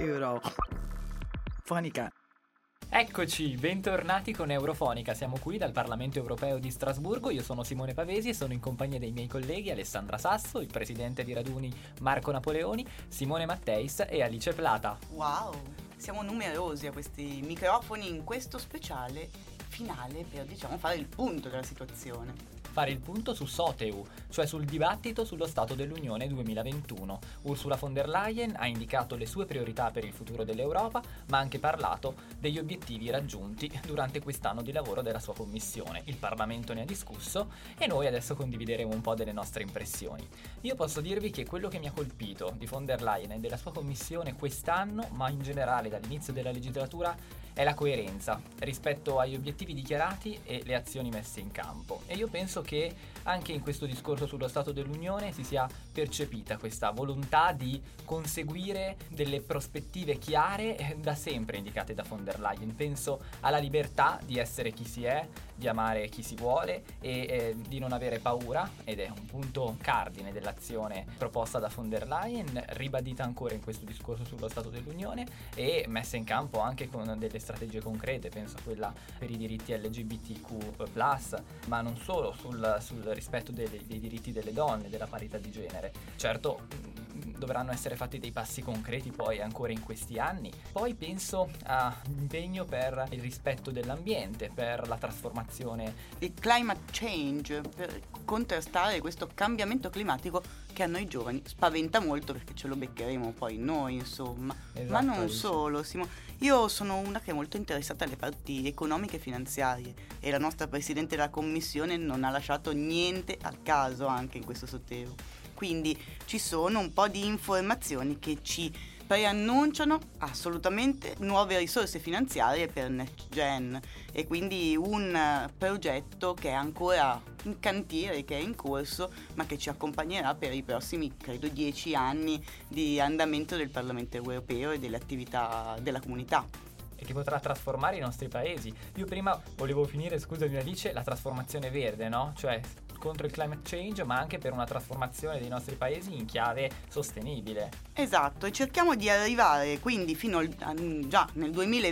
Eurofonica. Eccoci, bentornati con Eurofonica, siamo qui dal Parlamento Europeo di Strasburgo, io sono Simone Pavesi e sono in compagnia dei miei colleghi Alessandra Sasso, il presidente di Raduni Marco Napoleoni, Simone Matteis e Alice Plata. Wow, siamo numerosi a questi microfoni in questo speciale finale per fare il punto della situazione. Fare il punto su SOTEU, cioè sul dibattito sullo Stato dell'Unione 2021. Ursula von der Leyen ha indicato le sue priorità per il futuro dell'Europa, ma ha anche parlato degli obiettivi raggiunti durante quest'anno di lavoro della sua commissione. Il Parlamento ne ha discusso e noi adesso condivideremo un po' delle nostre impressioni. Io posso dirvi che quello che mi ha colpito di von der Leyen e della sua commissione quest'anno, ma in generale dall'inizio della legislatura, è la coerenza rispetto agli obiettivi dichiarati e le azioni messe in campo. E io penso che anche in questo discorso sullo Stato dell'Unione si sia percepita questa volontà di conseguire delle prospettive chiare da sempre indicate da von der Leyen. Penso alla libertà di essere chi si è, di amare chi si vuole e di non avere paura, ed è un punto cardine dell'azione proposta da von der Leyen, ribadita ancora in questo discorso sullo Stato dell'Unione e messa in campo anche con delle strategie concrete. Penso a quella per i diritti LGBTQ+, ma non solo, sul rispetto dei diritti delle donne, della parità di genere. Certo, dovranno essere fatti dei passi concreti poi ancora in questi anni. Poi penso all'impegno per il rispetto dell'ambiente, per la trasformazione. Il climate change, per contrastare questo cambiamento climatico che a noi giovani spaventa molto, perché ce lo beccheremo poi noi, insomma. Esatto, ma non Alice. solo, io sono una che è molto interessata alle parti economiche e finanziarie e la nostra Presidente della Commissione non ha lasciato niente al caso anche in questo SOTEU. Quindi ci sono un po' di informazioni che ci preannunciano assolutamente nuove risorse finanziarie per Next Gen e quindi un progetto che è ancora in cantiere, che è in corso, ma che ci accompagnerà per i prossimi, credo, 10 anni di andamento del Parlamento Europeo e delle attività della comunità. E che potrà trasformare i nostri paesi. Io prima volevo finire, scusami Alice, la trasformazione verde, no? Cioè contro il climate change, ma anche per una trasformazione dei nostri paesi in chiave sostenibile. Esatto, e cerchiamo di arrivare quindi già nel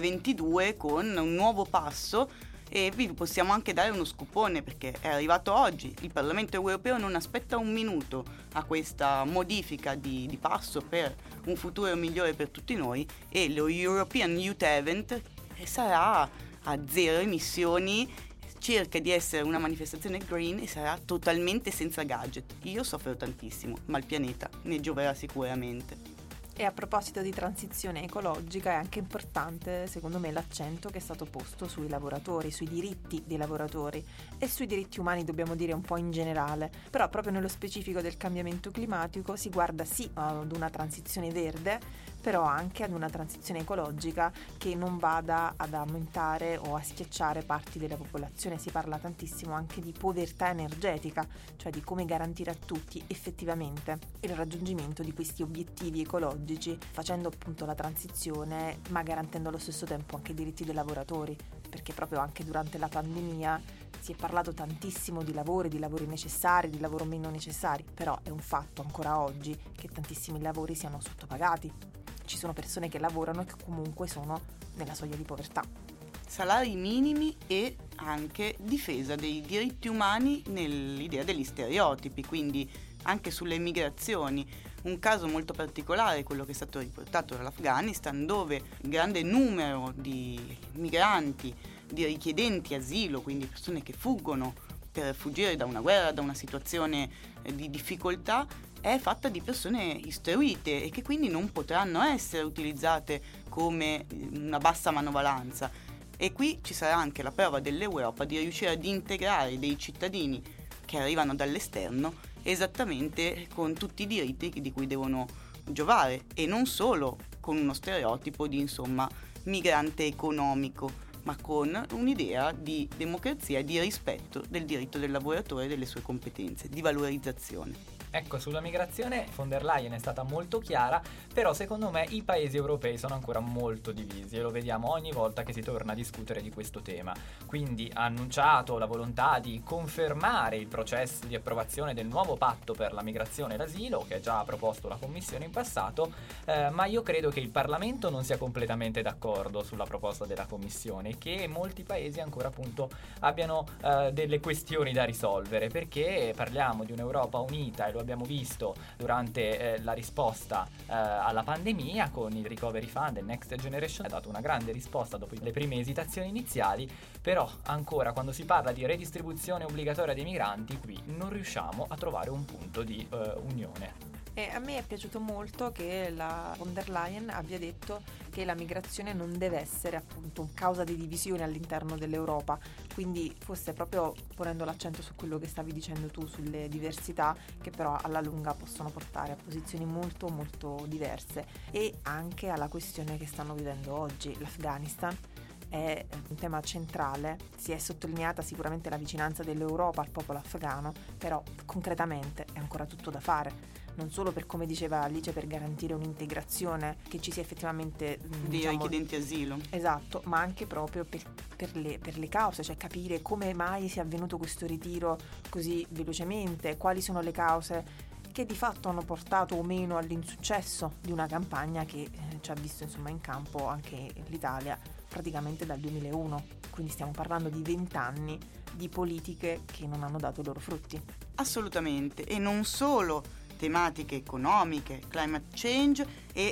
2022 con un nuovo passo. E vi possiamo anche dare uno scupone, perché è arrivato oggi. Il Parlamento Europeo non aspetta un minuto a questa modifica di passo per un futuro migliore per tutti noi, e lo European Youth Event sarà a zero emissioni, cerca di essere una manifestazione green e sarà totalmente senza gadget. Io soffro tantissimo, ma il pianeta ne gioverà sicuramente. E a proposito di transizione ecologica è anche importante, secondo me, l'accento che è stato posto sui lavoratori, sui diritti dei lavoratori e sui diritti umani, dobbiamo dire un po' in generale. Però proprio nello specifico del cambiamento climatico si guarda sì ad una transizione verde, però anche ad una transizione ecologica che non vada ad aumentare o a schiacciare parti della popolazione. Si parla tantissimo anche di povertà energetica, cioè di come garantire a tutti effettivamente il raggiungimento di questi obiettivi ecologici, facendo appunto la transizione ma garantendo allo stesso tempo anche i diritti dei lavoratori, perché proprio anche durante la pandemia si è parlato tantissimo di lavori necessari, di lavoro meno necessari, però è un fatto ancora oggi che tantissimi lavori siano sottopagati. Ci sono persone che lavorano e che comunque sono nella soglia di povertà. Salari minimi e anche difesa dei diritti umani nell'idea degli stereotipi, quindi anche sulle migrazioni. Un caso molto particolare è quello che è stato riportato dall'Afghanistan, dove il grande numero di migranti, di richiedenti asilo, quindi persone che fuggono per fuggire da una guerra, da una situazione di difficoltà, è fatta di persone istruite e che quindi non potranno essere utilizzate come una bassa manovalanza. E qui ci sarà anche la prova dell'Europa di riuscire ad integrare dei cittadini che arrivano dall'esterno esattamente con tutti i diritti di cui devono giovare, e non solo con uno stereotipo di migrante economico. ma con un'idea di democrazia e di rispetto del diritto del lavoratore e delle sue competenze, di valorizzazione. Ecco, sulla migrazione von der Leyen è stata molto chiara, però secondo me i paesi europei sono ancora molto divisi e lo vediamo ogni volta che si torna a discutere di questo tema. Quindi ha annunciato la volontà di confermare il processo di approvazione del nuovo patto per la migrazione e l'asilo, che ha già proposto la Commissione in passato, ma io credo che il Parlamento non sia completamente d'accordo sulla proposta della Commissione e che molti paesi ancora appunto abbiano delle questioni da risolvere, perché parliamo di un'Europa unita e lo abbiamo visto durante la risposta alla pandemia con il Recovery Fund e Next Generation. Ha dato una grande risposta dopo le prime esitazioni iniziali, però ancora quando si parla di redistribuzione obbligatoria dei migranti qui non riusciamo a trovare un punto di unione. E a me è piaciuto molto che la von der Leyen abbia detto che la migrazione non deve essere appunto causa di divisione all'interno dell'Europa, quindi forse proprio ponendo l'accento su quello che stavi dicendo tu, sulle diversità che però alla lunga possono portare a posizioni molto molto diverse, e anche alla questione che stanno vivendo oggi, l'Afghanistan. È un tema centrale, si è sottolineata sicuramente la vicinanza dell'Europa al popolo afghano, però concretamente è ancora tutto da fare, non solo per, come diceva Alice, per garantire un'integrazione, che ci sia effettivamente dei richiedenti asilo. Esatto, ma anche proprio per le cause, cioè capire come mai sia avvenuto questo ritiro così velocemente, quali sono le cause che di fatto hanno portato o meno all'insuccesso di una campagna che ci ha visto insomma in campo anche l'Italia praticamente dal 2001, quindi stiamo parlando di 20 anni di politiche che non hanno dato i loro frutti. Assolutamente, e non solo tematiche economiche, climate change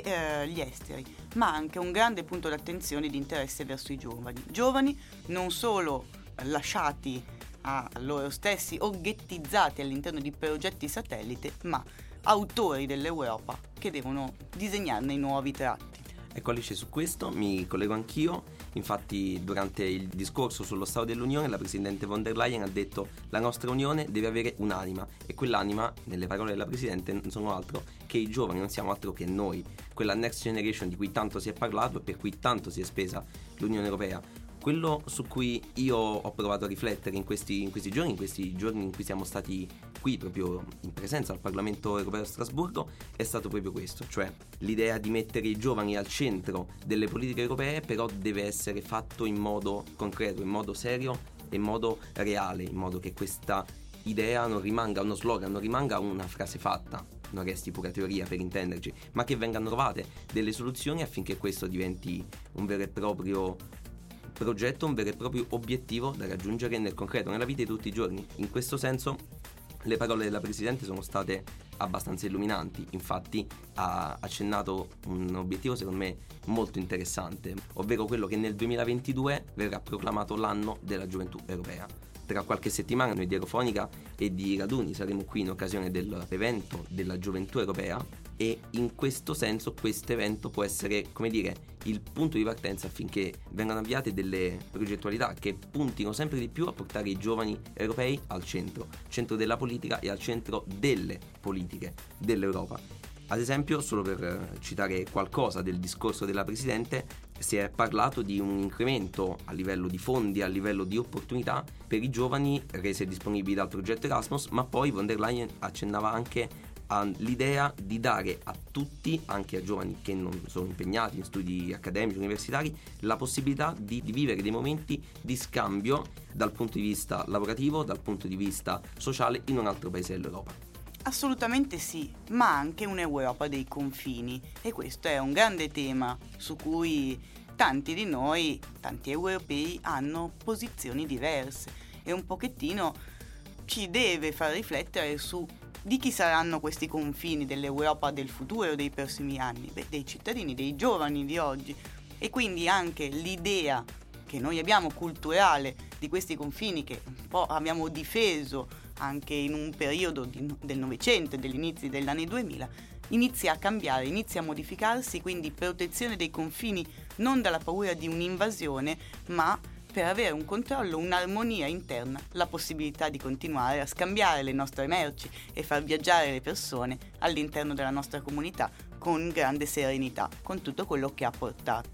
e gli esteri, ma anche un grande punto d'attenzione e di interesse verso i giovani non solo lasciati a loro stessi o ghettizzati all'interno di progetti satellite, ma autori dell'Europa che devono disegnarne i nuovi tratti. Ecco Alice, su questo mi collego anch'io. Infatti durante il discorso sullo Stato dell'Unione la Presidente von der Leyen ha detto: la nostra Unione deve avere un'anima, e quell'anima, nelle parole della Presidente, non sono altro che i giovani, non siamo altro che noi, quella Next Generation di cui tanto si è parlato e per cui tanto si è spesa l'Unione Europea. Quello su cui io ho provato a riflettere in questi giorni in cui siamo stati qui proprio in presenza al Parlamento Europeo a Strasburgo, è stato proprio questo, cioè l'idea di mettere i giovani al centro delle politiche europee, però deve essere fatto in modo concreto, in modo serio e in modo reale, in modo che questa idea non rimanga uno slogan, non rimanga una frase fatta, non resti pura teoria per intenderci, ma che vengano trovate delle soluzioni affinché questo diventi un vero e proprio progetto, un vero e proprio obiettivo da raggiungere nel concreto, nella vita di tutti i giorni. In questo senso le parole della Presidente sono state abbastanza illuminanti, infatti ha accennato un obiettivo secondo me molto interessante, ovvero quello che nel 2022 verrà proclamato l'anno della gioventù europea. Tra qualche settimana noi di Aerofonica e di Raduni saremo qui in occasione dell'evento della gioventù europea, e in questo senso questo evento può essere, come dire, il punto di partenza affinché vengano avviate delle progettualità che puntino sempre di più a portare i giovani europei al centro della politica e al centro delle politiche dell'Europa. Ad esempio, solo per citare qualcosa del discorso della Presidente, si è parlato di un incremento a livello di fondi, a livello di opportunità per i giovani rese disponibili dal progetto Erasmus, ma poi von der Leyen accennava anche all'idea di dare a tutti, anche a giovani che non sono impegnati in studi accademici, universitari, la possibilità di vivere dei momenti di scambio dal punto di vista lavorativo, dal punto di vista sociale in un altro paese dell'Europa. Assolutamente sì, ma anche un'Europa dei confini, e questo è un grande tema su cui tanti di noi, tanti europei, hanno posizioni diverse, e un pochettino ci deve far riflettere su di chi saranno questi confini dell'Europa del futuro, dei prossimi anni? Beh, dei cittadini, dei giovani di oggi. E quindi anche l'idea che noi abbiamo culturale di questi confini, che un po' abbiamo difeso anche in un periodo del Novecento e degli inizi degli anni 2000, inizia a cambiare, inizia a modificarsi, quindi protezione dei confini non dalla paura di un'invasione, ma per avere un controllo, un'armonia interna, la possibilità di continuare a scambiare le nostre merci e far viaggiare le persone all'interno della nostra comunità con grande serenità, con tutto quello che ha portato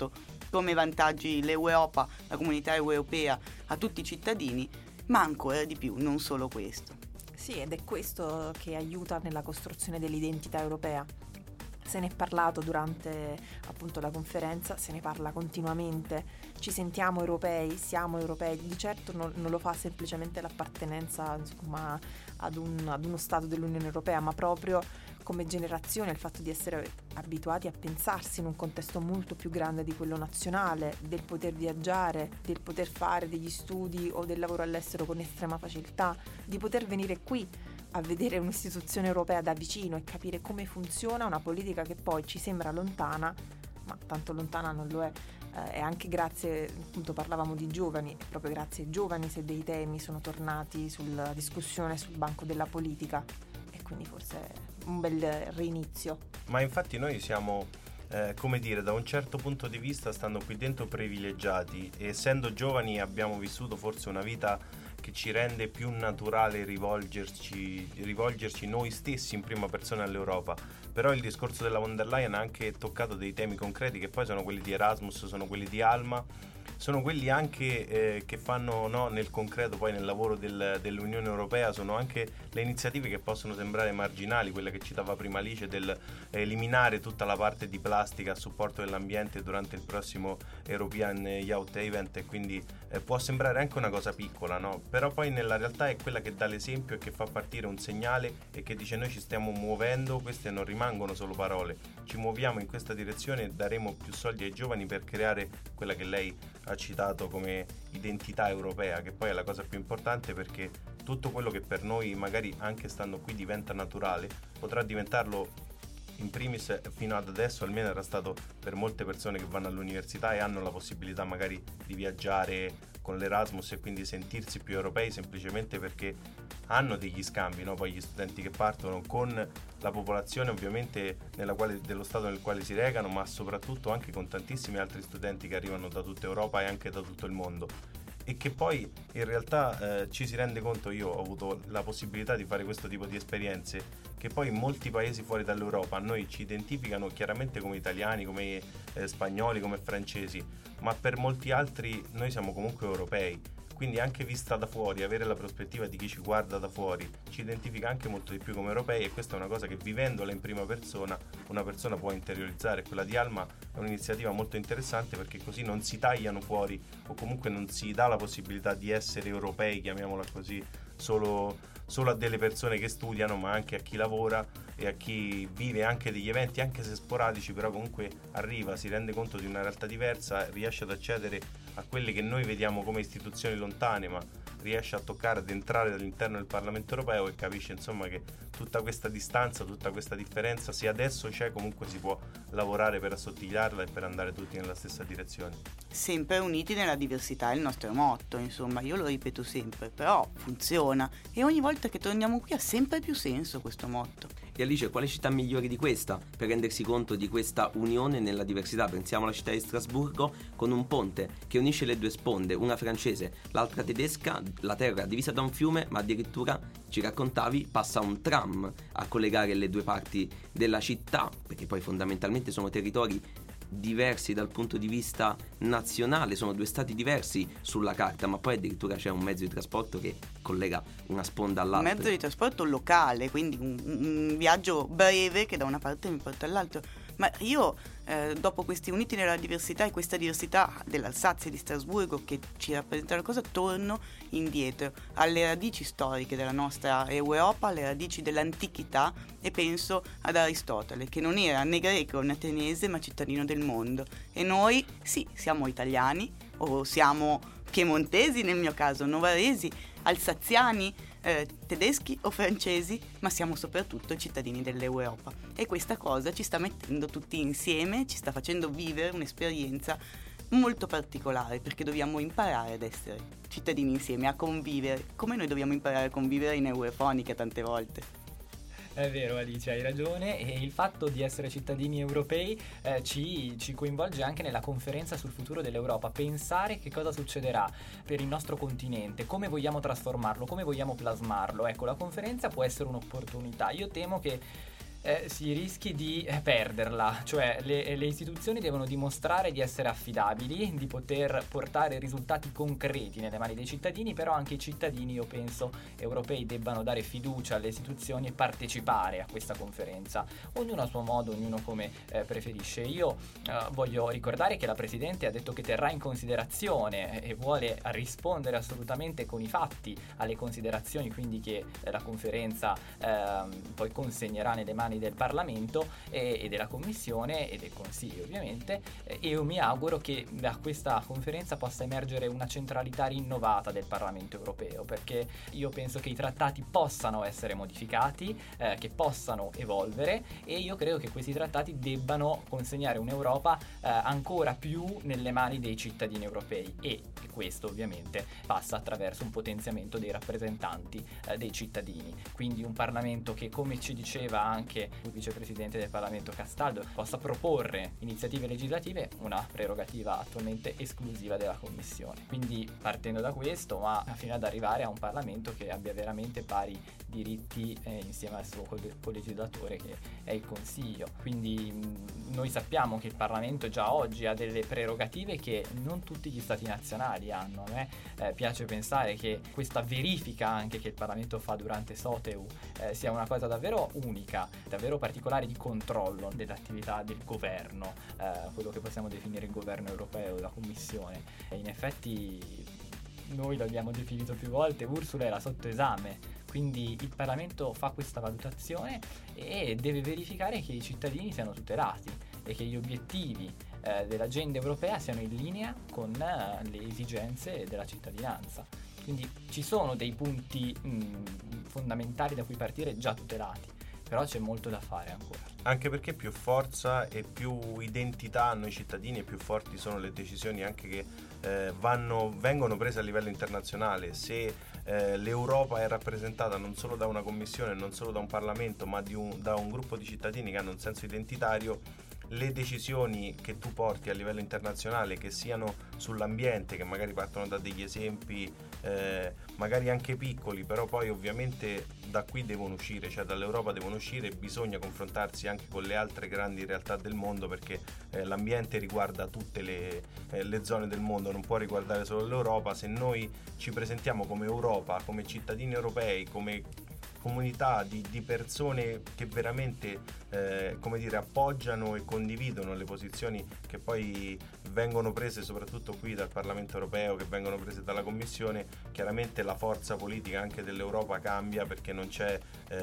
come vantaggi l'Europa, la comunità europea a tutti i cittadini, ma ancora di più, non solo questo. Sì, ed è questo che aiuta nella costruzione dell'identità europea. Se ne è parlato durante appunto la conferenza, se ne parla continuamente, ci sentiamo europei, siamo europei, di certo non lo fa semplicemente l'appartenenza, insomma, ad uno Stato dell'Unione Europea, ma proprio come generazione il fatto di essere abituati a pensarsi in un contesto molto più grande di quello nazionale, del poter viaggiare, del poter fare degli studi o del lavoro all'estero con estrema facilità, di poter venire qui a vedere un'istituzione europea da vicino e capire come funziona una politica che poi ci sembra lontana, ma tanto lontana non lo è. E anche grazie, appunto parlavamo di giovani, è proprio grazie ai giovani se dei temi sono tornati sulla discussione sul banco della politica, e quindi forse è un bel rinizio. Ma infatti noi siamo, come dire, da un certo punto di vista, stando qui dentro, privilegiati, e essendo giovani abbiamo vissuto forse una vita che ci rende più naturale rivolgerci noi stessi in prima persona all'Europa. Però il discorso della von der Leyen ha anche toccato dei temi concreti, che poi sono quelli di Erasmus, sono quelli di Alma, sono quelli anche che fanno, no, nel concreto, poi nel lavoro dell'Unione Europea, sono anche le iniziative che possono sembrare marginali, quella che citava prima Alice, del eliminare tutta la parte di plastica a supporto dell'ambiente durante il prossimo European Youth Event, e quindi può sembrare anche una cosa piccola, no? Però poi nella realtà è quella che dà l'esempio e che fa partire un segnale e che dice: noi ci stiamo muovendo, queste non rimangono solo parole, ci muoviamo in questa direzione, daremo più soldi ai giovani per creare quella che lei ha citato come identità europea, che poi è la cosa più importante, perché tutto quello che per noi magari anche stando qui diventa naturale potrà diventarlo in primis, fino ad adesso almeno era stato per molte persone che vanno all'università e hanno la possibilità magari di viaggiare con l'Erasmus e quindi sentirsi più europei semplicemente perché hanno degli scambi, no? Poi gli studenti che partono con la popolazione ovviamente dello stato nel quale si recano, ma soprattutto anche con tantissimi altri studenti che arrivano da tutta Europa e anche da tutto il mondo, e che poi in realtà ci si rende conto, io ho avuto la possibilità di fare questo tipo di esperienze, che poi in molti paesi fuori dall'Europa a noi ci identificano chiaramente come italiani, come spagnoli, come francesi, ma per molti altri noi siamo comunque europei. Quindi anche vista da fuori, avere la prospettiva di chi ci guarda da fuori ci identifica anche molto di più come europei, e questa è una cosa che vivendola in prima persona una persona può interiorizzare. Quella di Alma è un'iniziativa molto interessante, perché così non si tagliano fuori, o comunque non si dà la possibilità di essere europei, chiamiamola così, solo a delle persone che studiano, ma anche a chi lavora e a chi vive anche degli eventi, anche se sporadici, però comunque arriva, si rende conto di una realtà diversa, riesce ad accedere a quelle che noi vediamo come istituzioni lontane, ma riesce a toccare, ad entrare all'interno del Parlamento europeo, e capisce insomma che tutta questa distanza, tutta questa differenza, se adesso c'è, comunque si può lavorare per assottigliarla e per andare tutti nella stessa direzione. Sempre uniti nella diversità è il nostro motto, insomma, io lo ripeto sempre, però funziona, e ogni volta che torniamo qui ha sempre più senso questo motto. E Alice, quale città migliore di questa per rendersi conto di questa unione nella diversità? Pensiamo alla città di Strasburgo, con un ponte che unisce le due sponde, una francese, l'altra tedesca, la terra divisa da un fiume, ma addirittura, ci raccontavi, passa un tram a collegare le due parti della città, perché poi fondamentalmente sono territori diversi dal punto di vista nazionale, sono due stati diversi sulla carta, ma poi addirittura c'è un mezzo di trasporto che collega una sponda all'altra. Un mezzo di trasporto locale, quindi un viaggio breve che da una parte mi porta all'altra. Ma io dopo questi uniti nella diversità e questa diversità dell'Alsazia e di Strasburgo che ci rappresenta una cosa, torno indietro alle radici storiche della nostra Europa, alle radici dell'antichità, e penso ad Aristotele, che non era né greco né ateniese ma cittadino del mondo. E noi sì, siamo italiani, o siamo piemontesi nel mio caso, novaresi, alsaziani, tedeschi o francesi, ma siamo soprattutto cittadini dell'Europa, e questa cosa ci sta mettendo tutti insieme, ci sta facendo vivere un'esperienza molto particolare, perché dobbiamo imparare ad essere cittadini insieme, a convivere, come noi dobbiamo imparare a convivere in Eurofonica tante volte. È vero Alice, hai ragione, e il fatto di essere cittadini europei ci coinvolge anche nella conferenza sul futuro dell'Europa. Pensare che cosa succederà per il nostro continente, come vogliamo trasformarlo, come vogliamo plasmarlo. Ecco, la conferenza può essere un'opportunità. Io temo che si rischi di perderla, cioè le istituzioni devono dimostrare di essere affidabili, di poter portare risultati concreti nelle mani dei cittadini, però anche i cittadini, io penso, europei debbano dare fiducia alle istituzioni e partecipare a questa conferenza, ognuno a suo modo, ognuno come preferisce. Io voglio ricordare che la Presidente ha detto che terrà in considerazione e vuole rispondere assolutamente con i fatti alle considerazioni, quindi che la conferenza poi consegnerà nelle mani del Parlamento e della Commissione e del Consiglio, ovviamente, e io mi auguro che da questa conferenza possa emergere una centralità rinnovata del Parlamento europeo, perché io penso che i trattati possano essere modificati, che possano evolvere, e io credo che questi trattati debbano consegnare un'Europa ancora più nelle mani dei cittadini europei, e questo ovviamente passa attraverso un potenziamento dei rappresentanti dei cittadini, quindi un Parlamento che, come ci diceva anche il vicepresidente del Parlamento Castaldo, possa proporre iniziative legislative, una prerogativa attualmente esclusiva della Commissione. Quindi partendo da questo, ma fino ad arrivare a un Parlamento che abbia veramente pari diritti insieme al suo colegislatore, che è il Consiglio. Quindi noi sappiamo che il Parlamento già oggi ha delle prerogative che non tutti gli stati nazionali hanno. A me piace pensare che questa verifica anche che il Parlamento fa durante Soteu sia una cosa davvero unica, davvero particolare, di controllo dell'attività del governo, quello che possiamo definire il governo europeo, la Commissione. E in effetti noi l'abbiamo definito più volte, Ursula era sotto esame, quindi il Parlamento fa questa valutazione e deve verificare che i cittadini siano tutelati e che gli obiettivi dell'agenda europea siano in linea con le esigenze della cittadinanza. Quindi ci sono dei punti fondamentali da cui partire già tutelati, però c'è molto da fare ancora. Anche perché più forza e più identità hanno i cittadini e più forti sono le decisioni anche che vengono prese a livello internazionale. Se l'Europa è rappresentata non solo da una commissione, non solo da un Parlamento, ma da un gruppo di cittadini che hanno un senso identitario, le decisioni che tu porti a livello internazionale, che siano sull'ambiente, che magari partono da degli esempi magari anche piccoli, però poi ovviamente da qui devono uscire, cioè dall'Europa devono uscire, bisogna confrontarsi anche con le altre grandi realtà del mondo, perché l'ambiente riguarda tutte le zone del mondo, non può riguardare solo l'Europa. Se noi ci presentiamo come Europa, come cittadini europei, come comunità di persone che veramente appoggiano e condividono le posizioni che poi vengono prese soprattutto qui dal Parlamento europeo, che vengono prese dalla Commissione, chiaramente la forza politica anche dell'Europa cambia, perché non c'è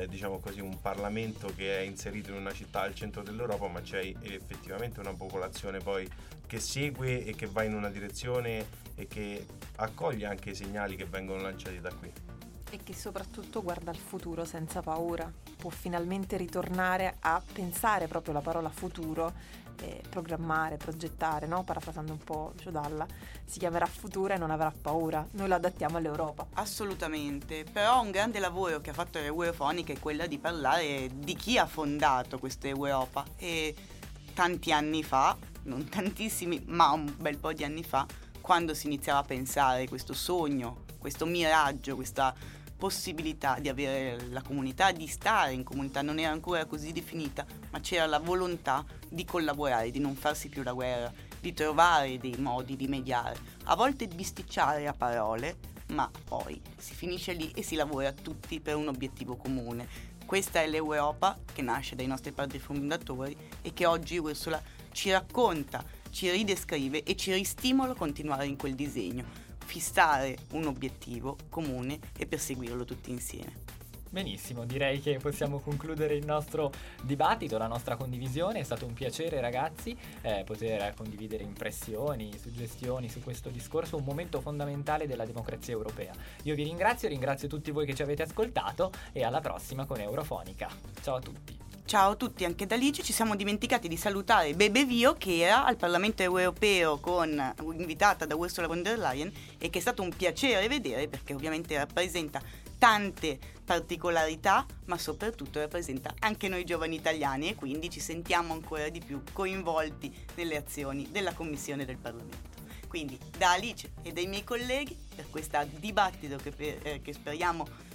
un Parlamento che è inserito in una città al centro dell'Europa, ma c'è effettivamente una popolazione poi che segue e che va in una direzione e che accoglie anche i segnali che vengono lanciati da qui. E che soprattutto guarda al futuro senza paura, può finalmente ritornare a pensare proprio la parola futuro, programmare, progettare, no? Parafrasando un po' Ciodalla, si chiamerà futuro e non avrà paura. Noi lo adattiamo all'Europa. Assolutamente, però un grande lavoro che ha fatto l'Eurofonica è quello di parlare di chi ha fondato questa Europa, e tanti anni fa, non tantissimi, ma un bel po' di anni fa, quando si iniziava a pensare questo sogno, questo miraggio, questa possibilità di avere la comunità, di stare in comunità, non era ancora così definita, ma c'era la volontà di collaborare, di non farsi più la guerra, di trovare dei modi di mediare, a volte bisticciare a parole, ma poi si finisce lì e si lavora tutti per un obiettivo comune. Questa è l'Europa che nasce dai nostri padri fondatori e che oggi Ursula ci racconta, ci ridescrive e ci ristimola a continuare in quel disegno, fissare un obiettivo comune e perseguirlo tutti insieme. Benissimo, direi che possiamo concludere il nostro dibattito, la nostra condivisione. È stato un piacere, ragazzi, poter condividere impressioni, suggestioni su questo discorso, un momento fondamentale della democrazia europea. Io vi ringrazio tutti voi che ci avete ascoltato, e alla prossima con Eurofonica. Ciao a tutti. Ciao a tutti, anche da Lice. Ci siamo dimenticati di salutare Bebe Vio, che era al Parlamento europeo invitata da Ursula von der Leyen, e che è stato un piacere vedere, perché ovviamente rappresenta tante particolarità, ma soprattutto rappresenta anche noi giovani italiani, e quindi ci sentiamo ancora di più coinvolti nelle azioni della Commissione del Parlamento. Quindi da Alice e dai miei colleghi, per questo dibattito che speriamo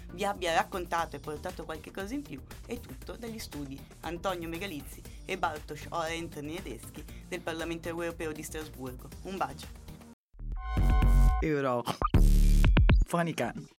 vi abbia raccontato e portato qualche cosa in più è tutto dagli studi Antonio Megalizzi e Bartosz Orent-Niedeschi del Parlamento Europeo di Strasburgo. Un bacio. Euro. Fonica.